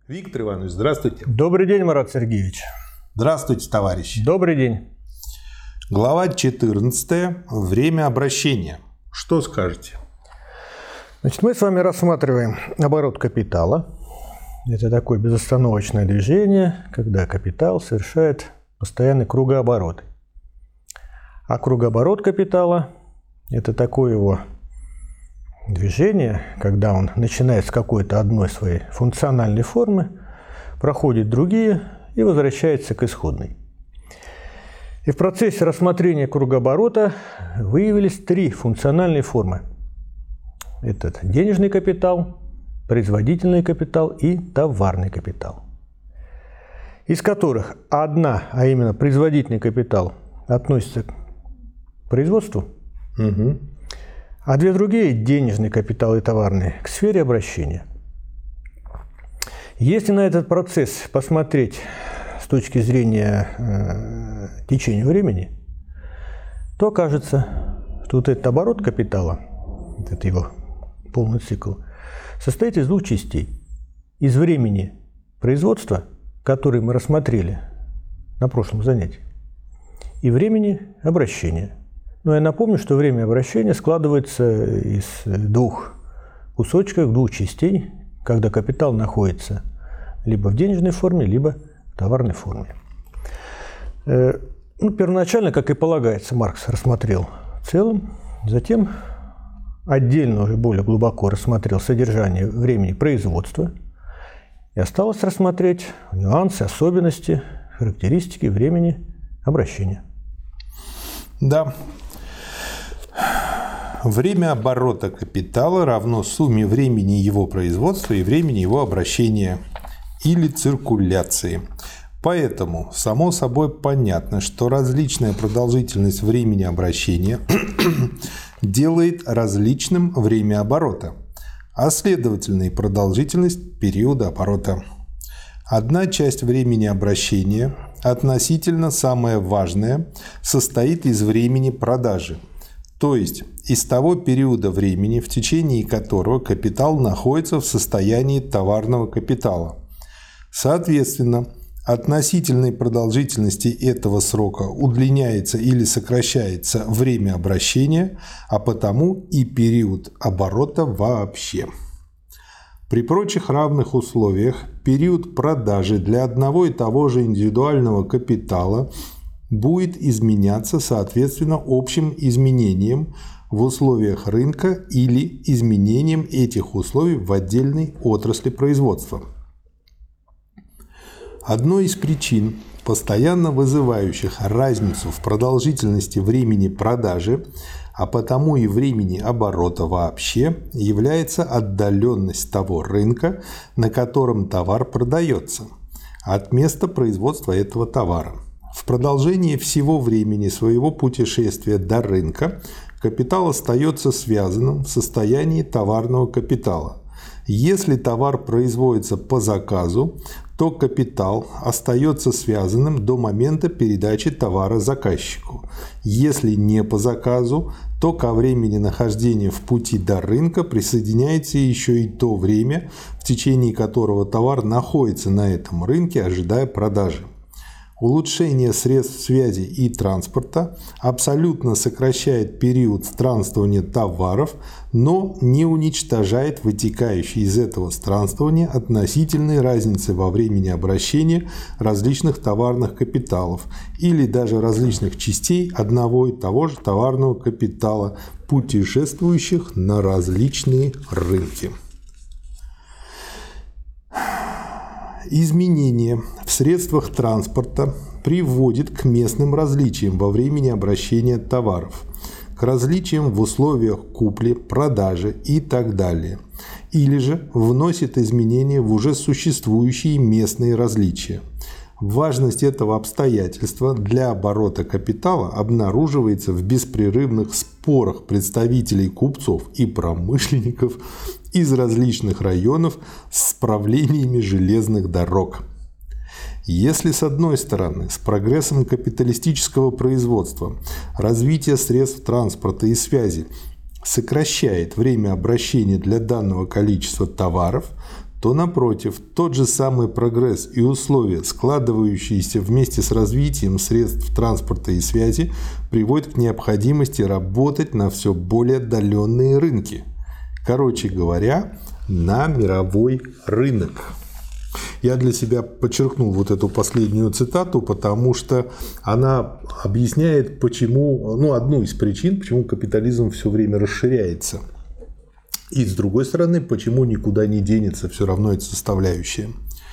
Виктор Иванович, здравствуйте. Добрый день, Марат Сергеевич. Здравствуйте, товарищи. Добрый день. Глава 14. Время обращения. Что скажете? Значит, мы с вами рассматриваем оборот капитала. Это такое безостановочное движение, когда капитал совершает постоянный кругооборот. А кругооборот капитала – это такое его движение, когда он начинает с какой-то одной своей функциональной формы, проходит другие и возвращается к исходной. И в процессе рассмотрения кругооборота выявились три функциональные формы. Это денежный капитал, производительный капитал и товарный капитал. Из которых одна, а именно производительный капитал, относится к производству, а две другие, денежный капитал и товарный, к сфере обращения. Если на этот процесс посмотреть с точки зрения течения времени, то окажется, что вот этот оборот капитала, это его полный цикл, состоит из двух частей. Из времени производства, который мы рассмотрели на прошлом занятии, и времени обращения. Но я напомню, что время обращения складывается из двух кусочков, двух частей, когда капитал находится либо в денежной форме, либо в товарной форме. Первоначально, как и полагается, Маркс рассмотрел в целом, затем отдельно уже более глубоко рассмотрел содержание времени производства, и осталось рассмотреть нюансы, особенности, характеристики времени обращения. Да. Время оборота капитала равно сумме времени его производства и времени его обращения или циркуляции. Поэтому, само собой понятно, что различная продолжительность времени обращения делает различным время оборота, а следовательно и продолжительность периода оборота. Одна часть времени обращения, относительно самая важная, состоит из времени продажи, то есть из того периода времени, в течение которого капитал находится в состоянии товарного капитала. Соответственно, относительной продолжительности этого срока удлиняется или сокращается время обращения, а потому и период оборота вообще. При прочих равных условиях период продажи для одного и того же индивидуального капитала будет изменяться соответственно общим изменениям в условиях рынка или изменениям этих условий в отдельной отрасли производства. Одной из причин, постоянно вызывающих разницу в продолжительности времени продажи, а потому и времени оборота вообще, является отдаленность того рынка, на котором товар продается, от места производства этого товара. В продолжении всего времени своего путешествия до рынка капитал остается связанным в состоянии товарного капитала. Если товар производится по заказу, то капитал остается связанным до момента передачи товара заказчику. Если не по заказу, то ко времени нахождения в пути до рынка присоединяется еще и то время, в течение которого товар находится на этом рынке, ожидая продажи. Улучшение средств связи и транспорта абсолютно сокращает период странствования товаров, но не уничтожает вытекающие из этого странствования относительные разницы во времени обращения различных товарных капиталов или даже различных частей одного и того же товарного капитала, путешествующих на различные рынки. Изменение в средствах транспорта приводит к местным различиям во времени обращения товаров, к различиям в условиях купли, продажи и так далее, или же вносит изменения в уже существующие местные различия. Важность этого обстоятельства для оборота капитала обнаруживается в беспрерывных спорах представителей купцов и промышленников из различных районов с правлениями железных дорог. Если с одной стороны с прогрессом капиталистического производства развитие средств транспорта и связи сокращает время обращения для данного количества товаров, то, напротив, тот же самый прогресс и условия, складывающиеся вместе с развитием средств транспорта и связи, приводят к необходимости работать на все более отдаленные рынки. Короче говоря, на мировой рынок. Я для себя подчеркнул вот эту последнюю цитату, потому что она объясняет, почему, одну из причин, почему капитализм все время расширяется. И, с другой стороны, почему никуда не денется все равно эта составляющая.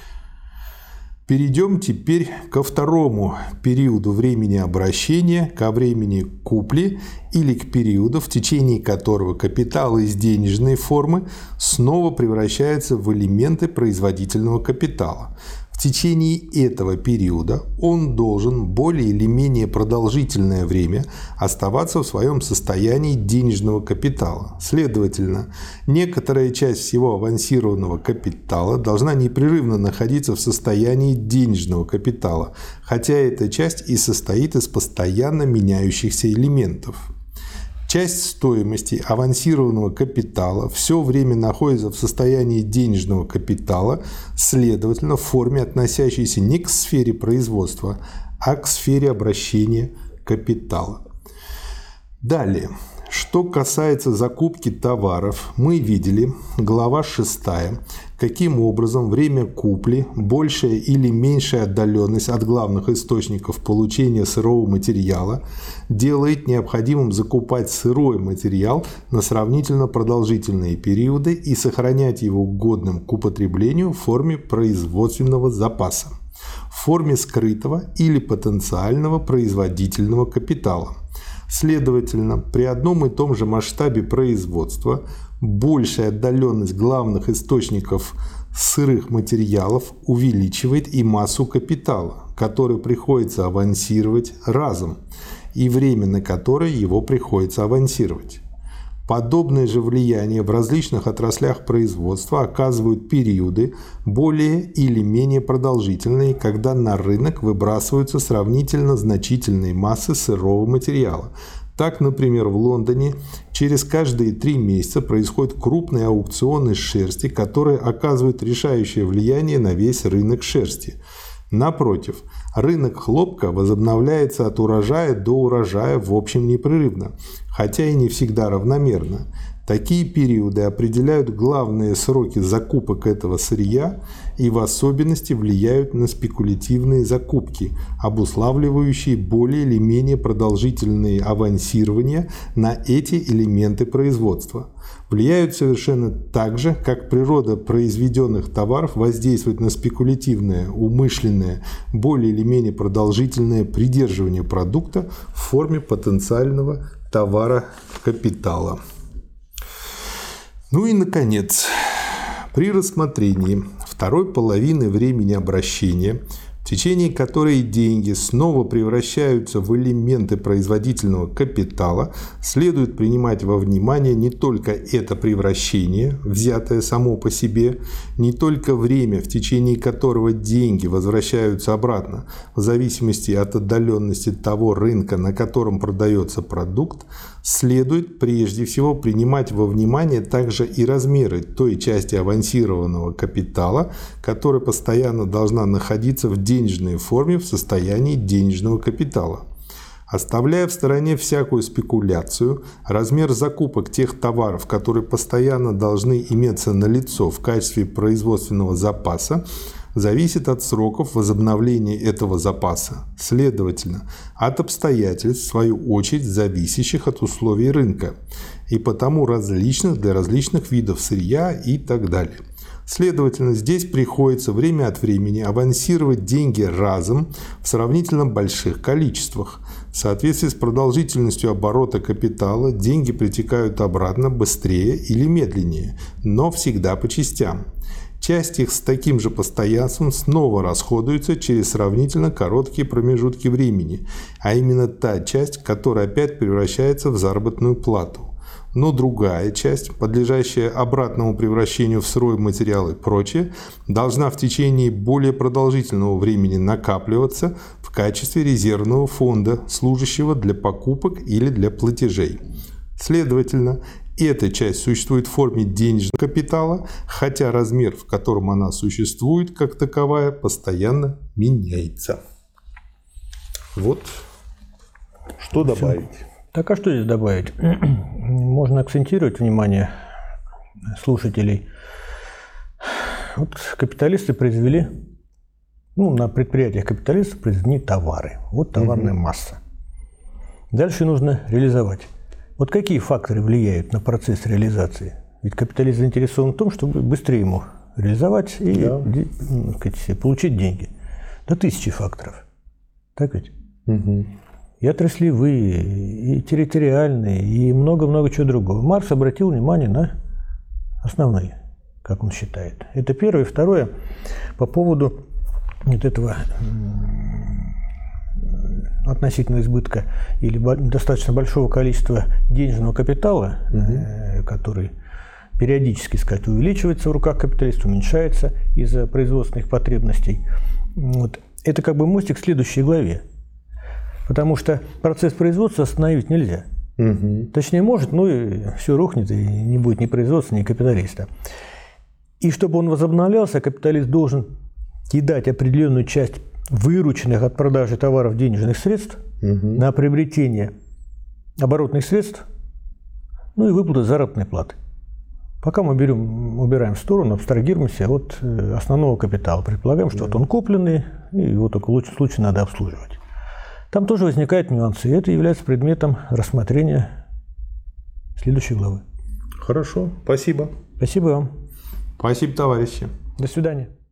Перейдем теперь ко второму периоду времени обращения, ко времени купли или к периоду, в течение которого капитал из денежной формы снова превращается в элементы производительного капитала. В течение этого периода он должен более или менее продолжительное время оставаться в своем состоянии денежного капитала. Следовательно, некоторая часть всего авансированного капитала должна непрерывно находиться в состоянии денежного капитала, хотя эта часть и состоит из постоянно меняющихся элементов. Часть стоимости авансированного капитала все время находится в состоянии денежного капитала, следовательно, в форме, относящейся не к сфере производства, а к сфере обращения капитала. Далее, что касается закупки товаров, мы видели, глава 6, каким образом время купли, большая или меньшая отдаленность от главных источников получения сырого материала, делает необходимым закупать сырой материал на сравнительно продолжительные периоды и сохранять его годным к употреблению в форме производственного запаса, в форме скрытого или потенциального производительного капитала. Следовательно, при одном и том же масштабе производства большая отдаленность главных источников сырых материалов увеличивает и массу капитала, который приходится авансировать разом, и время, на которое его приходится авансировать. Подобное же влияние в различных отраслях производства оказывают периоды, более или менее продолжительные, когда на рынок выбрасываются сравнительно значительные массы сырого материала. Так, например, в Лондоне через каждые 3 месяца происходят крупные аукционы шерсти, которые оказывают решающее влияние на весь рынок шерсти. Напротив, рынок хлопка возобновляется от урожая до урожая в общем непрерывно, хотя и не всегда равномерно. Такие периоды определяют главные сроки закупок этого сырья и в особенности влияют на спекулятивные закупки, обуславливающие более или менее продолжительные авансирования на эти элементы производства. Влияют совершенно так же, как природа произведенных товаров воздействует на спекулятивное, умышленное, более или менее продолжительное придерживание продукта в форме потенциального товара капитала. Ну и, наконец, при рассмотрении второй половины времени обращения, в течение которой деньги снова превращаются в элементы производительного капитала, следует принимать во внимание не только это превращение, взятое само по себе, не только время, в течение которого деньги возвращаются обратно, в зависимости от отдаленности того рынка, на котором продается продукт, следует прежде всего принимать во внимание также и размеры той части авансированного капитала, которая постоянно должна находиться в денежной форме в состоянии денежного капитала. Оставляя в стороне всякую спекуляцию, размер закупок тех товаров, которые постоянно должны иметься налицо в качестве производственного запаса, зависит от сроков возобновления этого запаса, следовательно, от обстоятельств, в свою очередь, зависящих от условий рынка, и потому различных для различных видов сырья и так далее. Следовательно, здесь приходится время от времени авансировать деньги разом в сравнительно больших количествах. В соответствии с продолжительностью оборота капитала деньги притекают обратно быстрее или медленнее, но всегда по частям. Часть их с таким же постоянством снова расходуется через сравнительно короткие промежутки времени, а именно та часть, которая опять превращается в заработную плату. Но другая часть, подлежащая обратному превращению в сырой материал и прочее, должна в течение более продолжительного времени накапливаться в качестве резервного фонда, служащего для покупок или для платежей. Следовательно, Эта часть существует в форме денежного капитала, хотя размер, в котором она существует как таковая, постоянно меняется. Вот что добавить. Так а что здесь добавить? Можно акцентировать внимание слушателей. Вот капиталисты произвели, на предприятиях капиталистов произведены товары. Вот товарная масса. Дальше нужно реализовать. Вот какие факторы влияют на процесс реализации? Ведь капиталист заинтересован в том, чтобы быстрее ему реализовать и получить деньги. Да тысячи факторов. Так ведь? И отраслевые, и территориальные, и много-много чего другого. Маркс обратил внимание на основные, как он считает. Это первое. Второе, по поводу вот этого относительного избытка или достаточно большого количества денежного капитала, который периодически, увеличивается в руках капиталиста, уменьшается из-за производственных потребностей. Вот. Это как бы мостик к следующей главе. Потому что процесс производства остановить нельзя. Точнее, может, и все рухнет, и не будет ни производства, ни капиталиста. И чтобы он возобновлялся, капиталист должен кидать определенную часть вырученных от продажи товаров денежных средств на приобретение оборотных средств, и выплату заработной платы. Пока мы убираем в сторону, абстрагируемся от основного капитала. Предполагаем, что вот он купленный, и его только в лучшем случае надо обслуживать. Там тоже возникают нюансы, и это является предметом рассмотрения следующей главы. Хорошо, спасибо. Спасибо вам. Спасибо, товарищи. До свидания.